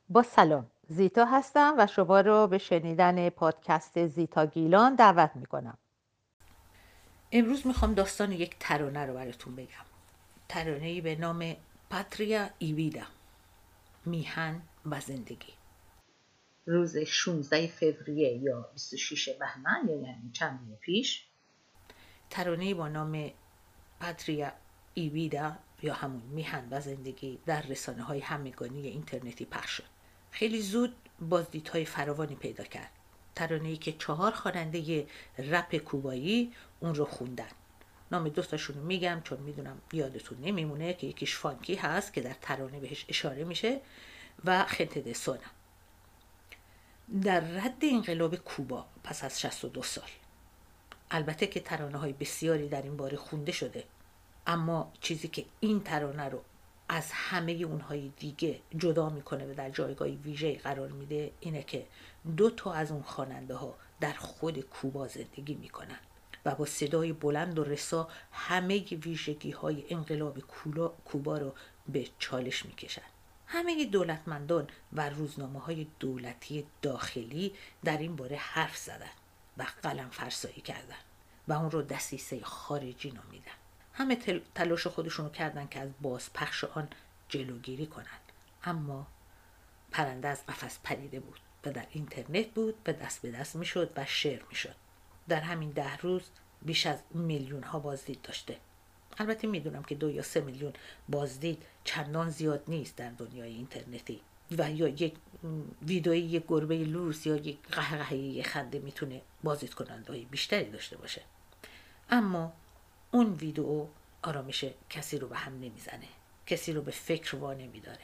با سلام، زیتا هستم و شما رو به شنیدن پادکست زیتا گیلان دعوت میکنم. امروز میخوام داستان یک ترانه رو براتون بگم. ترانه‌ای به نام پاتریا ای ویدا، میهن و زندگی. روز 16 فوریه یا 26 بهمن، یعنی چند روز پیش، ترانه‌ای با نام پاتریا ای ویدا یا همون میهن و زندگی در رسانه‌های همگانی اینترنتی پخش شد. خیلی زود بازدیدهای فراوانی پیدا کرد. ترانه‌ای که 4 خواننده رپ کوبایی اون رو خوندن. نام دوستاشون رو میگم چون میدونم یادتون نمیمونه که یکیش فانکی هست که در ترانه بهش اشاره میشه و خنت سونا. در رد انقلاب کوبا پس از 62 سال، البته که ترانه های بسیاری در این باره خونده شده، اما چیزی که این ترانه رو از همه اونهای دیگه جدا میکنه و در جایگاه ویژه‌ای قرار میده اینه که 2 تا از اون خواننده ها در خود کوبا زندگی میکنن و با صدای بلند و رسا همه ویژگی های انقلاب کوبا رو به چالش میکشن. همه دولتمندان و روزنامه های دولتی داخلی در این باره حرف زدن و قلم فرسایی کردن و اون رو دسیسه خارجی نامیدن. همه تلاش خودشونو کردن که از بازپخش آن جلوگیری کنند، اما پرنده از قفس پریده بود و در اینترنت بود و دست به دست میشد و شیر میشد. در همین 10 روز بیش از میلیون ها بازدید داشته. البته میدونم که 2 یا 3 میلیون بازدید چندان زیاد نیست در دنیای اینترنتی و یا یک ویدئوی یک گربه لوس یا یک قهقهه خنده میتونه بازدید کننده های بیشتری داشته باشه، اما اون ویدئو آرامش کسی رو به هم نمیزنه، کسی رو به فکر وا نمیداره.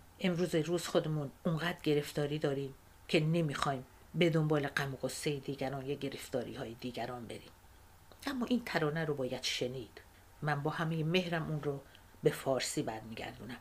روز خودمون اونقدر گرفتاری داریم که نمیخوایم به دنبال غم و غصه دیگران یا گرفتاری های دیگران بریم. اما این ترانه رو باید شنید. من با همه مهرم اون رو به فارسی برمیگردونم.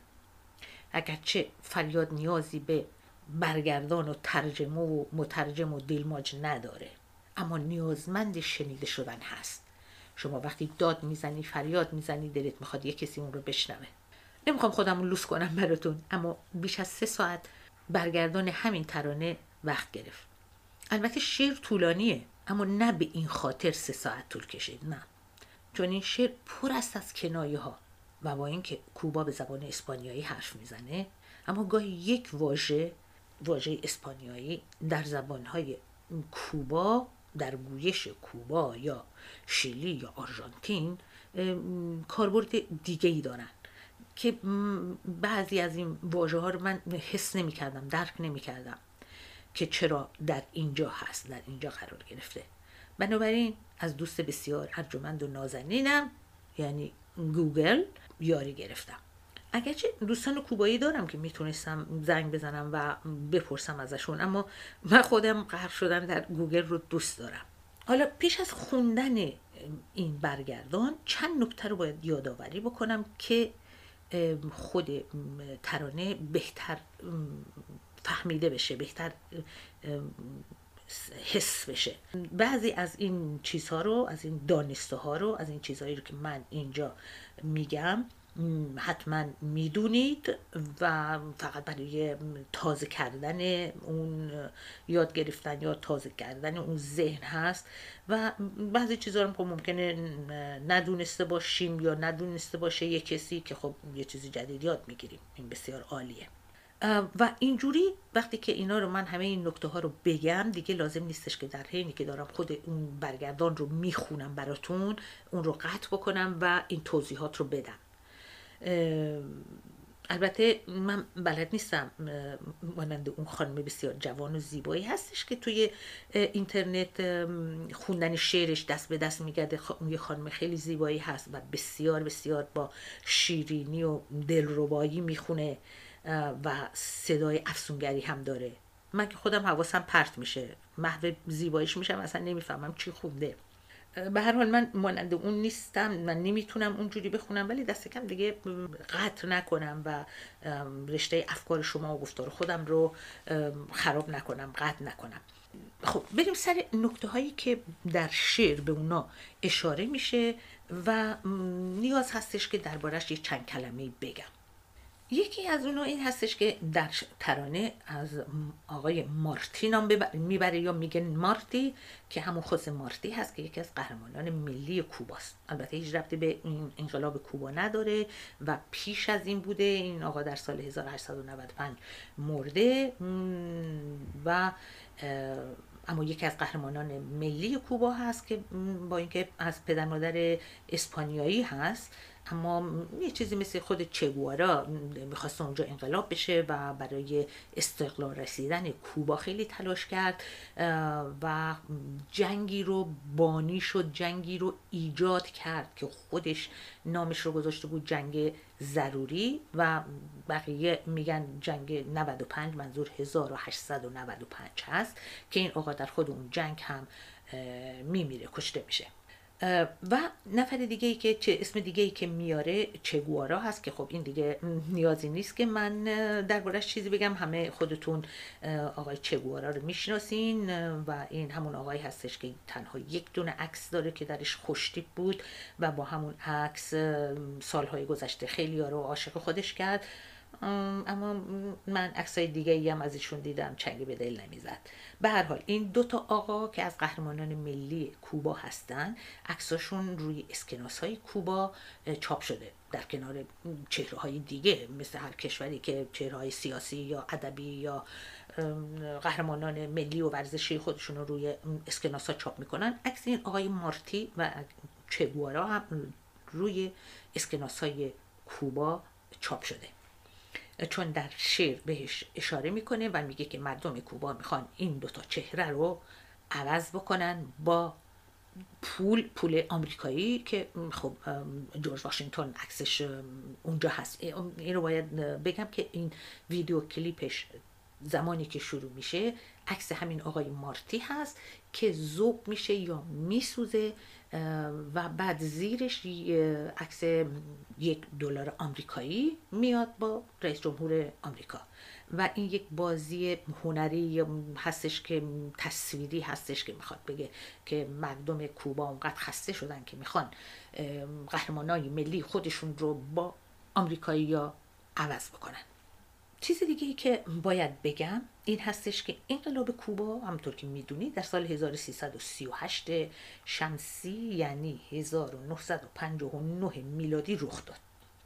اگرچه فریاد نیازی به برگردان و ترجمه و مترجم و دیلماج نداره، اما نیازمند شنیده شدن هست. شما وقتی داد میزنی، فریاد میزنی، دلت میخواد یه کسی اون رو بشنوه. نمیخوام خودم رو لوس کنم براتون، اما بیش از 3 ساعت برگردان همین ترانه وقت گرفت. البته شعر طولانیه، اما نه به این خاطر 3 ساعت طول کشید، نه. چون این شعر پر است از کنایه ها و با اینکه کوبا به زبان اسپانیایی حرف میزنه، اما گاهی یک واژه اسپانیایی در زبانهای کوبا، در گویش کوبا یا شیلی یا آرژانتین کاربرد دیگه ای دارن که بعضی از این واژه ها رو من حس نمی کردم، درک نمی کردم که چرا در اینجا هست، در اینجا قرار گرفته. بنابراین از دوست بسیار ارجمند و نازنینم یعنی گوگل یاری گرفتم. اگرچه دوستان کوبایی دارم که میتونستم زنگ بزنم و بپرسم ازشون، اما من خودم غرق شدن در گوگل رو دوست دارم. حالا پیش از خوندن این برگردان چند نکته رو باید یادآوری بکنم که خود ترانه بهتر فهمیده بشه، بهتر حس بشه. بعضی از این چیزها رو، از این دانسته ها رو، از این چیزهایی رو که من اینجا میگم حتما میدونید و فقط برای تازه کردن اون یاد گرفتن یا تازه کردن اون ذهن هست و بعضی چیزها رو ممکنه ندونسته باشیم یا ندونسته باشه یک کسی که خب یه چیزی جدید یاد میگیریم. این بسیار عالیه. و اینجوری وقتی که اینا رو من همه این نکته ها رو بگم دیگه لازم نیستش که در حینی که دارم خود اون برگردان رو میخونم براتون اون رو قطع بکنم و این توضیحات رو بدم. البته من بلد نیستم مانند اون خانم بسیار جوان و زیبایی هستش که توی اینترنت خوندن شعرش دست به دست میگرده. یه خانم خیلی زیبایی هست و بسیار بسیار با شیرینی و دلربایی میخونه و صدای افسونگری هم داره. من که خودم حواسم پرت میشه، محو زیباییش میشم، اصلا نمیفهمم چی خونده. به هر حال من مانند اون نیستم، من نمیتونم اونجوری بخونم، ولی دست کم دیگه قطع نکنم و رشته افکار شما و گفتار خودم رو خراب نکنم، قطع نکنم. خب بریم سر نکته هایی که در شعر به اونا اشاره میشه و نیاز هستش که دربارش یه چند کلمه بگم. یکی از اونها این هستش که در ترانه از آقای مارتی نام میبره یا میگن مارتی، که همون خود مارتی هست که یکی از قهرمانان ملی کوباست. البته هیچ ربطی به این انقلاب کوبا نداره و پیش از این بوده. این آقا در سال 1895 مرده و اما یکی از قهرمانان ملی کوبا هست که با اینکه از پدر مادر اسپانیایی هست، اما یه چیزی مثل خود چگوارا میخواست اونجا انقلاب بشه و برای استقلال رسیدن کوبا خیلی تلاش کرد و جنگی رو بانی شد، جنگی رو ایجاد کرد که خودش نامش رو گذاشته بود جنگ ضروری و بقیه میگن جنگ 95، منظور 1895 هست که این آقا در خود اون جنگ هم میمیره، کشته میشه. و نفر دیگه ای که اسم دیگه ای که میاره چگوارا هست که خب این دیگه نیازی نیست که من دربارش چیزی بگم، همه خودتون آقای چگوارا رو میشناسین و این همون آقایی هستش که تنها یک دونه عکس داره که درش خوشتیپ بود و با همون عکس سالهای گذشته خیلی ها رو عاشق خودش کرد. اما من عکسای دیگه ای هم از ایشون دیدم، چنگی به دل نمیزد. به هر حال این دوتا آقا که از قهرمانان ملی کوبا هستن، عکساشون روی اسکناس های کوبا چاپ شده در کنار چهره های دیگه، مثل هر کشوری که چهره های سیاسی یا ادبی یا قهرمانان ملی و ورزشی خودشون رو روی اسکناس ها چاپ میکنن. عکس این آقای مارتی و چگوارا هم روی اسکناس های کوبا چاپ شده، چون در شعر بهش اشاره میکنه و میگه که مردم کوبا میخوان این دوتا چهره رو عوض بکنن با پول آمریکایی که خب جورج واشنگتن عکسش اونجا هست. این رو باید بگم که این ویدیو کلیپش زمانی که شروع میشه عکس همین آقای مارتی هست که ذوب میشه یا میسوزه و بعد زیرش عکس $1 آمریکایی میاد با رئیس جمهور آمریکا و این یک بازی هنری هستش که تصویری هستش که میخواد بگه که مردم کوبا اونقدر خسته شدن که میخوان قهرمانای ملی خودشون رو با آمریکایی‌ها عوض بکنن. چیز دیگه ای که باید بگم این هستش که انقلاب کوبا همونطور که میدونید در سال 1338 شمسی یعنی 1959 میلادی رخ داد.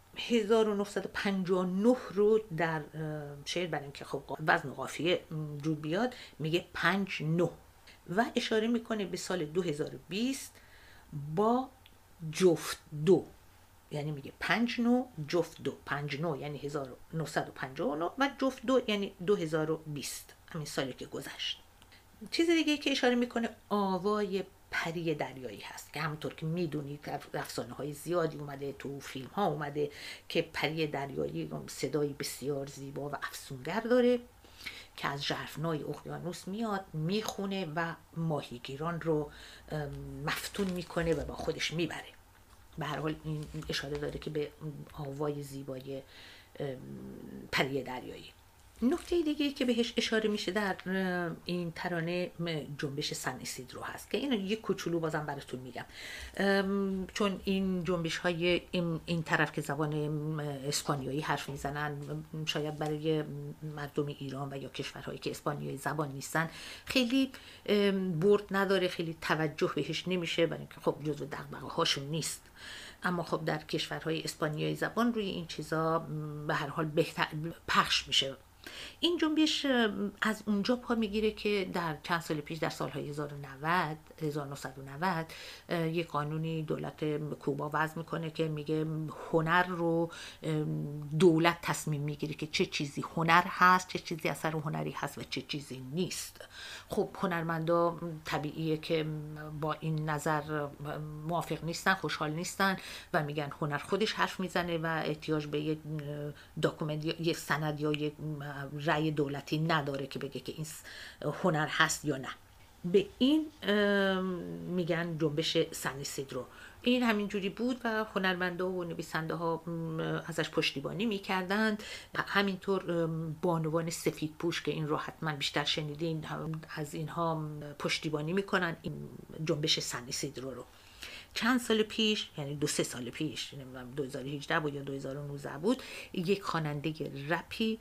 1959 رو در شعر برای اینکه خب وزن و قافیه رو بیاد میگه 59 و اشاره میکنه به سال 2020 با جفت دو، یعنی میگه 59 جفت 2، 59 یعنی 1959 و جفت 2 یعنی 2020، همین سالی که گذشت. چیز دیگه که اشاره میکنه آوای پری دریایی هست که همونطور که میدونید افسانه های زیادی اومده، تو فیلم ها اومده که پری دریایی صدایی بسیار زیبا و افسونگر داره که از ژرفنای اقیانوس میاد میخونه و ماهیگیران رو مفتون میکنه و با خودش میبره. به هر حال این اشاره داره که به آوای زیبای پری دریایی. نکته دیگه که بهش اشاره میشه در این ترانه جنبش سن ایسیدرو هست که اینو یک کوچولو بازم براتون میگم، چون این جنبش های این طرف که زبان اسپانیایی حرف میزنن شاید برای مردم ایران و یا کشورهایی که اسپانیایی زبان نیستن خیلی برد نداره، خیلی توجه بهش نمیشه برای اینکه خب جزو دغدغه هاشون نیست. اما خب در کشورهای اسپانیایی زبان روی این چیزا به هر حال بهتر پخش میشه. این جنبش از اونجا پا میگیره که در چند سال پیش در سالهای 1990 یک قانونی دولت کوبا وضع میکنه که میگه هنر رو دولت تصمیم میگیره که چه چیزی هنر هست، چه چیزی اثر هنری هست و چه چیزی نیست. خب هنرمندا طبیعیه که با این نظر موافق نیستن، خوشحال نیستن و میگن هنر خودش حرف میزنه و احتیاج به یک داکومنت، یک سند یا یک رأی دولتی نداره که بگه که این هنر هست یا نه. به این میگن جنبش سن ایسیدرو. این همینجوری بود و هنرمنده و نویسنده ها ازش پشتیبانی میکردند. همینطور بانوان سفید پوش که این رو حتما بیشتر شنیدین از اینها پشتیبانی میکنن این جنبش سن ایسیدرو رو. چند سال پیش، یعنی 2-3 سال پیش، نمیدونم 2018 بود یا 2019 بود، یک خواننده رپی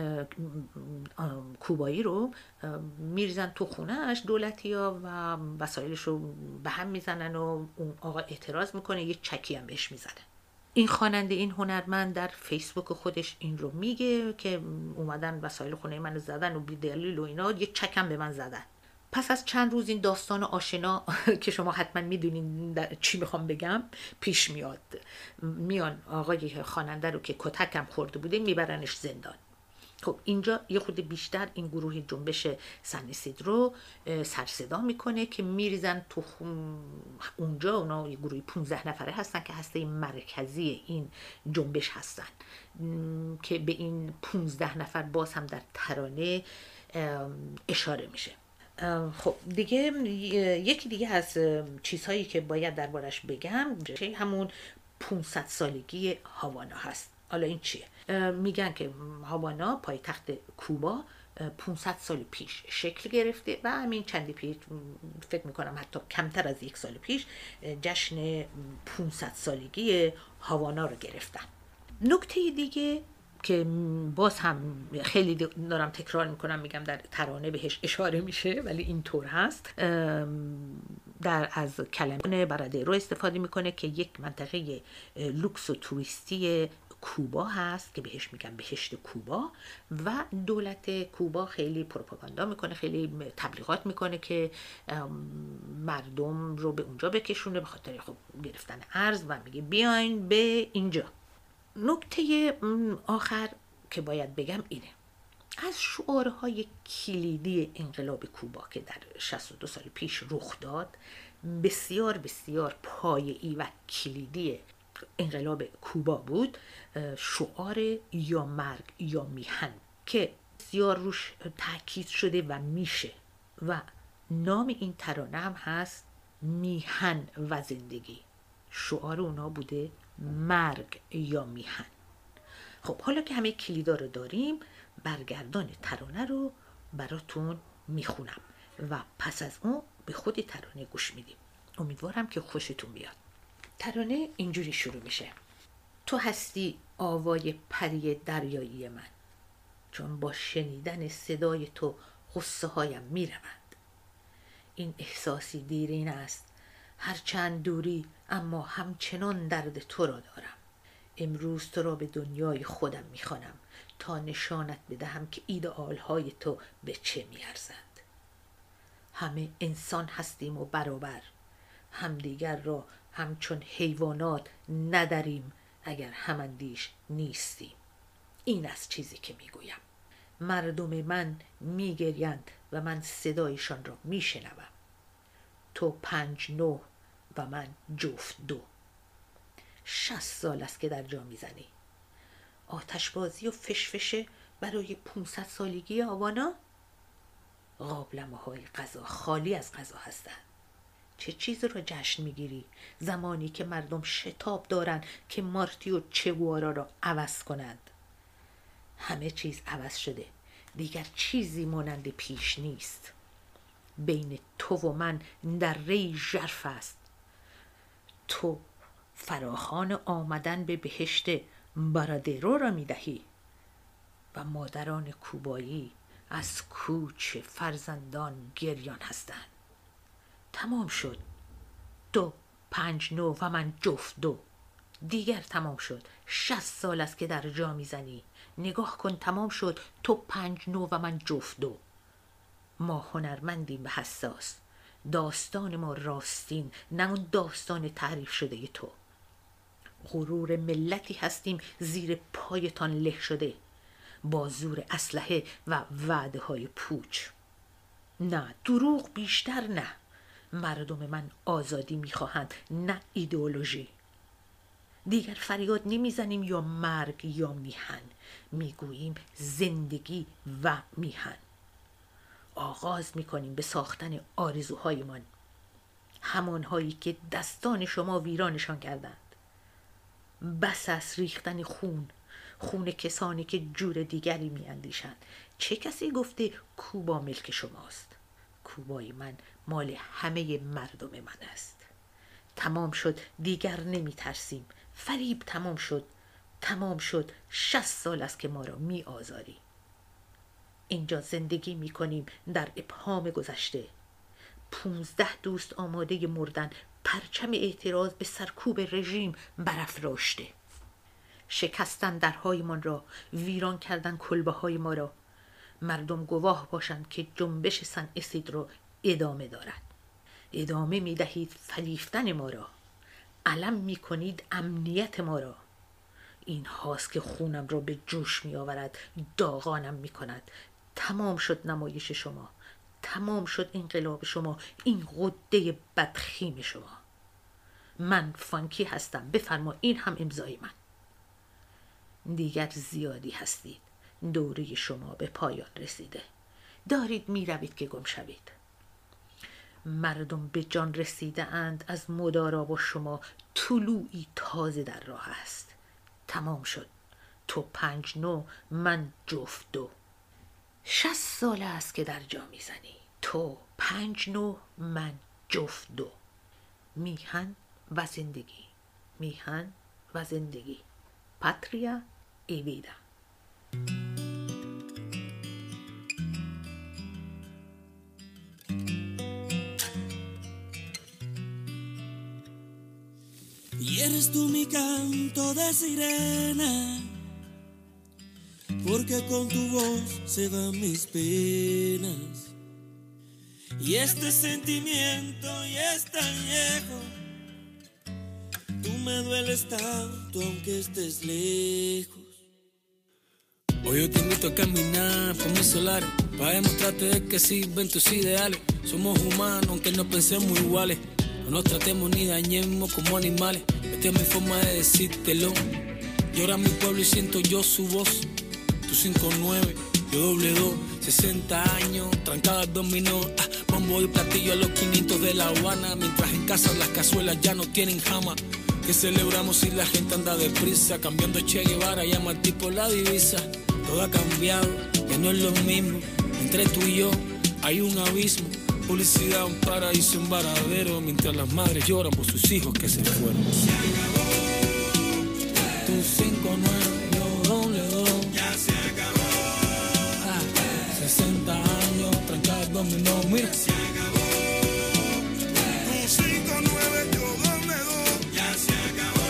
کوبایی رو میریزن تو خونهش دولتی‌ها و وسایلش رو به هم میزنن و اون آقا اعتراض میکنه، یه چکی هم بهش میزنه. این خواننده، این هنرمند در فیسبوک خودش این رو میگه که اومدن وسایل خونه منو زدن و بی دلیل و اینا، یه چکم به من زدن. پس از چند روز این داستان آشنا که شما حتما میدونین چی میخوام بگم پیش میاد. میان آقای خواننده رو که کتکم خورده بوده میبرنش زندان. خب اینجا یه خود بیشتر این گروه جنبش سن‌اسید رو سرصدا میکنه که میریزن تو اونجا. اونا یه گروه 15 نفره هستن که هسته مرکزی این جنبش هستن که به این 15 نفر باز هم در ترانه اشاره میشه. خب دیگه یکی دیگه از چیزهایی که باید دربارش بگم همون 500 سالگی هاوانا هست. حالا این چیه؟ میگن که هاوانا پایتخت کوبا 500 سال پیش شکل گرفته و همین چندی پیش، فکر میکنم حتی کمتر از 1 سال پیش، جشن 500 سالگی هاوانا رو گرفتن. نکته دیگه که باز هم خیلی دارم تکرار میکنم، میگم در ترانه بهش اشاره میشه ولی اینطور هست، از کلمه برادیرو استفاده میکنه که یک منطقه لوکس و توریستی کوبا هست که بهش میگن بهشت کوبا و دولت کوبا خیلی پروپاگاندا میکنه، خیلی تبلیغات میکنه که مردم رو به اونجا بکشونه به خاطر خب گرفتن ارز و میگه بیاین به اینجا. نکته آخر که باید بگم اینه، از شعارهای کلیدی انقلاب کوبا که در 62 سال پیش رخ داد، بسیار بسیار پایه‌ای و کلیدی انقلاب کوبا بود شعار یا مرگ یا میهن که بسیار روش تاکید شده و میشه و نام این ترانه هم هست میهن و زندگی. شعار اونا بوده مرگ یا میهن. خب حالا که همه کلیدا رو داریم، برگردان ترانه رو براتون میخونم و پس از اون به خود ترانه گوش میدیم. امیدوارم که خوشتون بیاد. ترانه اینجوری شروع میشه: تو هستی آوای پری دریایی من، چون با شنیدن صدای تو غصه هایم میروند. این احساسی دیرین است، هرچند دوری اما همچنان درد تو را دارم. امروز تو را به دنیای خودم میخوانم تا نشانت بدهم که ایدئال های تو به چه میارزند. همه انسان هستیم و برابر، همدیگر را همچون حیوانات نداریم اگر هماندیش نیستیم. این از چیزی که میگویم. مردم من میگریند و من صدایشان را میشنوم. تو 5-9 و من جفت 2. 60 سال است که در جا میزنی. آتشبازی و فشفشه برای 500 سالگی هاوانا؟ قابلمه های غذا خالی از غذا هستند. چه چیز را جشن میگیری زمانی که مردم شتاب دارن که مارتی و چگوارا را عوض کنند؟ همه چیز عوض شده، دیگر چیزی مانند پیش نیست. بین تو و من در ری ژرف است. تو فراخوان آمدن به بهشت برادیرو را میدهی و مادران کوبایی از کوچ فرزندان گریان هستند. تمام شد. تو 5-9 و من جفت 2. دیگر تمام شد. 60 سال است که در جا میزنی. نگاه کن، تمام شد. تو 5-9 و من جفت 2. ما هنرمندیم و حساس. داستان ما راستین، نه اون داستان تعریف شده تو. غرور ملتی هستیم زیر پایتان له شده، با زور اسلحه و وعده های پوچ. نه، دروغ بیشتر نه. مردم من آزادی میخواهند، نه ایدئولوژی. دیگر فریاد نمیزنیم یا مرگ یا میهن، میگوییم زندگی و میهن. آغاز میکنیم به ساختن آرزوهایمان، همانهایی که دستان شما ویرانشان کردند. بس است ریختن خون کسانی که جور دیگری میاندیشند. چه کسی گفته کوبا ملک شماست؟ کوبای من مال همه مردم من است. تمام شد، دیگر نمی ترسیم. فریب تمام شد. تمام شد. 60 سال است که ما را می آزاری. اینجا زندگی می کنیم در ابهام گذشته. 15 دوست آماده مردن، پرچم اعتراض به سرکوب رژیم برافراشته. شکستن درهایمان را، ویران کردن کلبه های ما را. مردم گواه باشند که جنبش سن اسید را ادامه دارد. ادامه می دهید فلیفتن ما را. علم می کنید امنیت ما را. این هاست که خونم را به جوش می آورد، داغانم می کند. تمام شد نمایش شما. تمام شد انقلاب شما، این غده بدخیم شما. من فانکی هستم، بفرما این هم امضای من. دیگر زیادی هستید. دوره شما به پایان رسیده. دارید می روید که گم شوید. مردم به جان رسیده اند. از مدارا با شما طلوعی تازه در راه است. تمام شد. تو 5-9، من جفت 2. 60 سال است که در جا میزنی. تو 5-9، من جفت 2. میهن و زندگی. میهن و زندگی. پاتریا ای ویدا. Y eres tú mi canto de sirena, porque con tu voz se van mis penas. Y este sentimiento ya es tan viejo, tú me dueles tanto aunque estés lejos. Hoy yo te invito a caminar por mis solares, para demostrarte que sirven tus ideales. Somos humanos aunque no pensemos iguales, no nos tratemos ni dañemos como animales. Esta es mi forma de decírtelo. Llora mi pueblo y siento yo su voz. Tú 5-9, yo doble 2. 60 años, trancada al dominó. Bombo y platillo a los 500 de La Habana. Mientras en casa las cazuelas ya no tienen jama. Que celebramos si la gente anda deprisa, cambiando Che Guevara, llama al tipo la divisa. Todo ha cambiado, ya no es lo mismo. Entre tú y yo hay un abismo. Publicidad, un paraíso, un varadero, mientras las madres lloran por sus hijos que se fueron. Se acabó. Tú 5-9, yo doble 2. Ya se acabó. 60 años, trancadas dominó, mira. Se acabó. Tú 5-9, yo doble 2. Ya se acabó.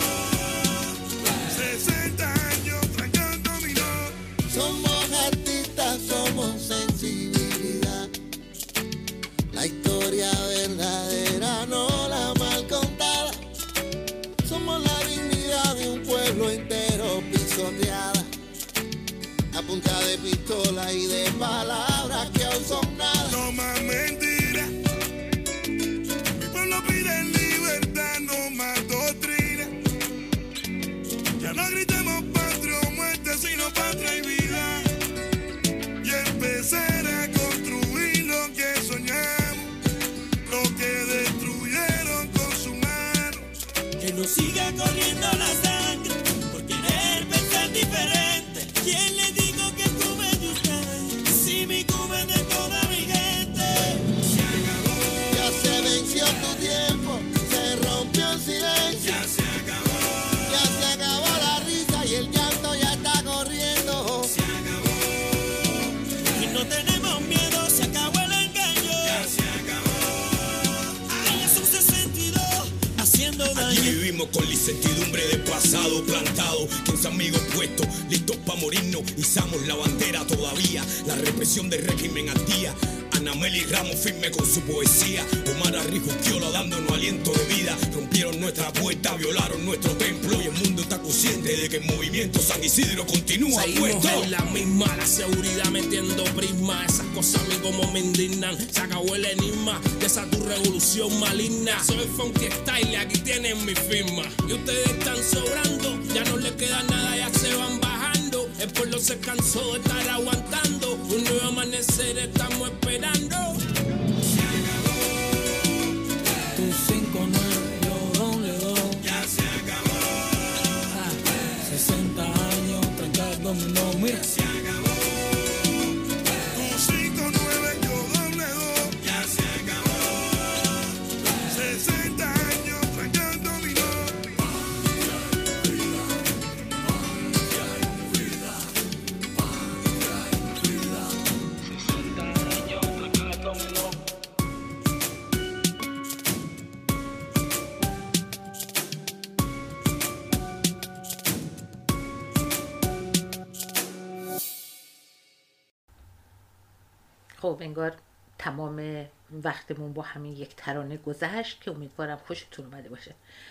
60 años, trancadas dominó. Somos artistas, somos sensibilidad. La historia verdadera, no la mal contada. Somos la dignidad de un pueblo entero pisoteada. A punta de pistola y de palabras que aún son nada. No más mentiras. Mi pueblo pide libertad, no más doctrina. Ya no gritemos patria o muerte, sino patria y vida. Y empezar a construir lo que soñamos, lo que destruyeron con su mano. Que no siga corriendo la sangre por querer pensar diferente. ¿Quién le digo que cume de usted? Si mi cume de toda mi gente. Se acabó. Ya se venció tu tiempo, se rompió el silencio. Ya se acabó. Ya se acabó la risa y el llanto ya está corriendo. Se acabó. Y no tenemos miedo, se acabó el engaño. Ya se acabó. Ay, es un 62 haciendo daño. Aquí vivimos con la incertidumbre del pasado plantado. 15 amigos puestos, listos para morirnos. Izamos la bandera todavía, la represión del régimen al día. Ana Meli Ramos firme con su poesía. Omar Arrijusquiola dándonos aliento de vida. Rompieron nuestra puerta, violaron nuestro templo. Y el mundo está consciente de que el movimiento San Isidro continúa puesto. Seguimos en la misma, la seguridad metiendo prisma. Esas cosas a mí como me indignan. Se acabó el enigma de esa tu revolución maligna. Soy Funky Style y aquí tienen mi firma. Y ustedes están sobrando, ya no les queda nada, ya se van bajando. El pueblo se cansó de estar aguantando. Un nuevo amanecer estamos esperando. Se acabó. Tu 5-9, yo doble 2. Ya se acabó. 60 años, trancadas dominó, mira. Se acabó. Tu 5-9, yo doble 2. Ya se acabó. 60 años, trancadas. خب انگار تمام وقتمون با همین یک ترانه گذشت که امیدوارم خوشتون اومده باشه.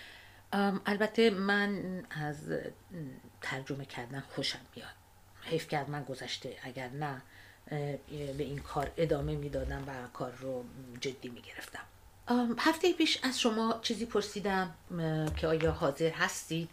البته من از ترجمه کردن خوشم میاد. حیف کرد من گذشته، اگر نه به این کار ادامه میدادم و کار رو جدی میگرفتم. هفته پیش از شما چیزی پرسیدم که آیا حاضر هستید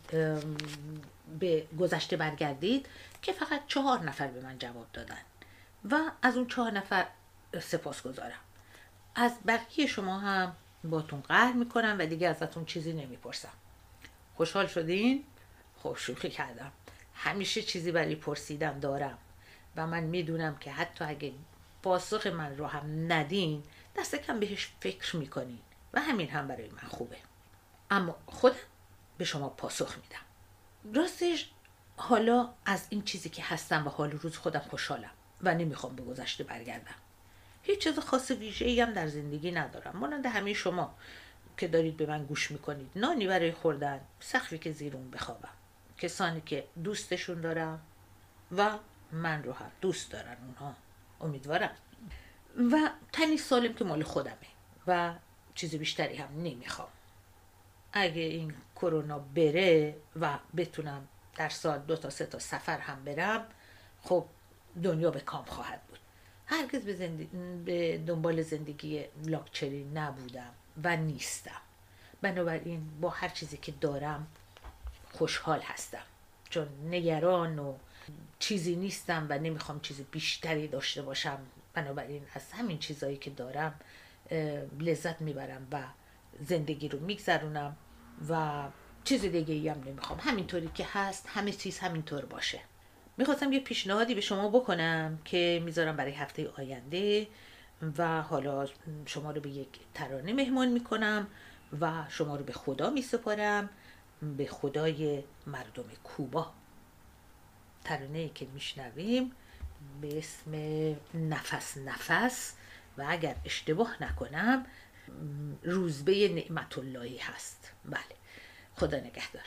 به گذشته برگردید، که فقط 4 نفر به من جواب دادن و از اون 4 نفر سپاسگزارم. از بقیه شما هم باتون قهر میکنم و دیگه ازتون چیزی نمیپرسم. خوشحال شدین؟ خب شوخی کردم. همیشه چیزی برای پرسیدن دارم و من میدونم که حتی اگه پاسخ من رو هم ندین دست کم بهش فکر میکنین و همین هم برای من خوبه. اما خودم به شما پاسخ میدم. راستش حالا از این چیزی که هستم و حال روز خودم خوشحالم و نمیخوام به گذشته برگردم. هیچ چیز خاص ویژه‌ای هم در زندگی ندارم، مانند همه شما که دارید به من گوش میکنید. نانی برای خوردن، سقفی که زیرون بخوابم، کسانی که دوستشون دارم و من رو هم دوست دارن اونها، امیدوارم، و تنی سالم که مال خودمه و چیز بیشتری هم نمیخوام. اگه این کرونا بره و بتونم در سال 2 تا 3 تا سفر هم برم، خب دنیا به کام خواهد بود. هرگز به دنبال زندگی لاکچری نبودم و نیستم. بنابراین با هر چیزی که دارم خوشحال هستم، چون نگران و چیزی نیستم و نمیخوام چیز بیشتری داشته باشم. بنابراین از همین چیزایی که دارم لذت میبرم و زندگی رو میگذرونم و چیز دیگه ای هم نمیخوام. همینطوری که هست همه چیز همینطور باشه. میخواستم یه پیشنهادی به شما بکنم که میذارم برای هفته آینده و حالا شما رو به یک ترانه مهمان میکنم و شما رو به خدا میسپارم، به خدای مردم کوبا. ترانه‌ای که میشنویم به اسم نفس نفس و اگر اشتباه نکنم روزبه نعمت اللهی هست. بله، خدا نگهدار.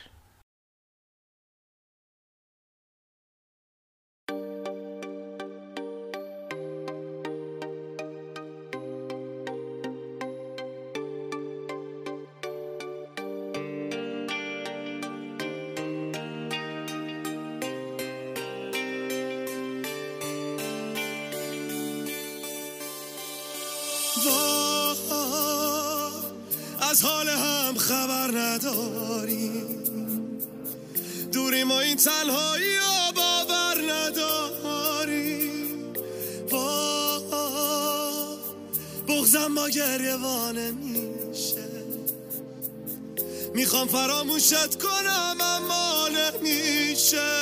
از حال هم خبر نداریم، دوریم و این تنهایی رو باور نداریم. بغضم با گریوانه میشه، میخوام فراموشت کنم اما نمیشه.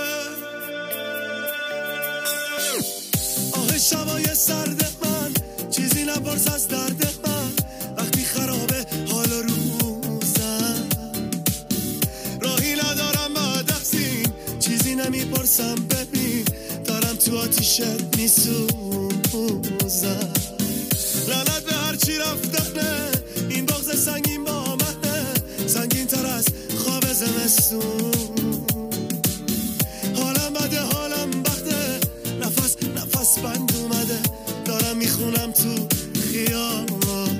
آه شبای سرد من، چیزی نپرس از درد من، وقتی خرابه حال روزم، راهی ندارم بعد از این، چیزی نمیپرسم ببین، دارم تو آتیشت میسوزم. لعنت به هرچی رفتنه، این بغض سنگین با منه، سنگین تر از خواب زمستون. حالم بده حالم بده، نفس بند اومده، دارم میخونم تو خیابون.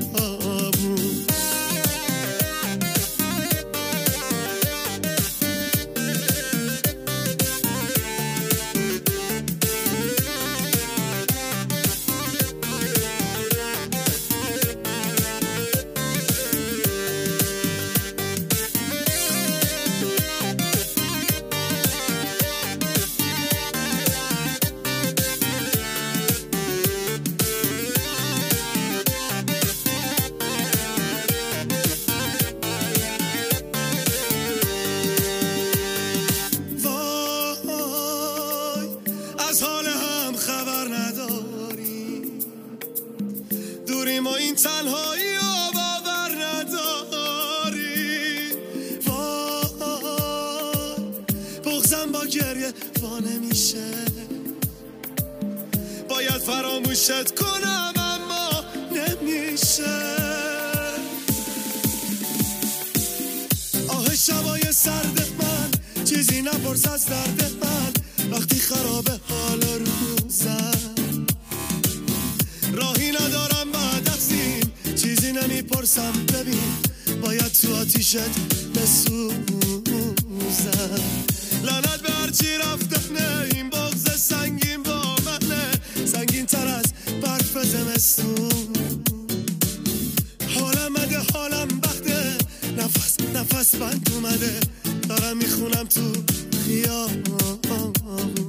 تنهایی و باور نداری، بغضم با گریه وانه میشه، باید فراموشت کنم اما نمیشه. آه شبای سرد من، چیزی نپرس از درد من، وقتی خرابه حال روزم، پیشت بسوزم. لعنت به هرچی رفتنه، این بغض سنگین با منه، سنگین تر از برف زمستون. حالم بده حالم بخته، نفس بند اومده، دارم میخونم تو خیابون.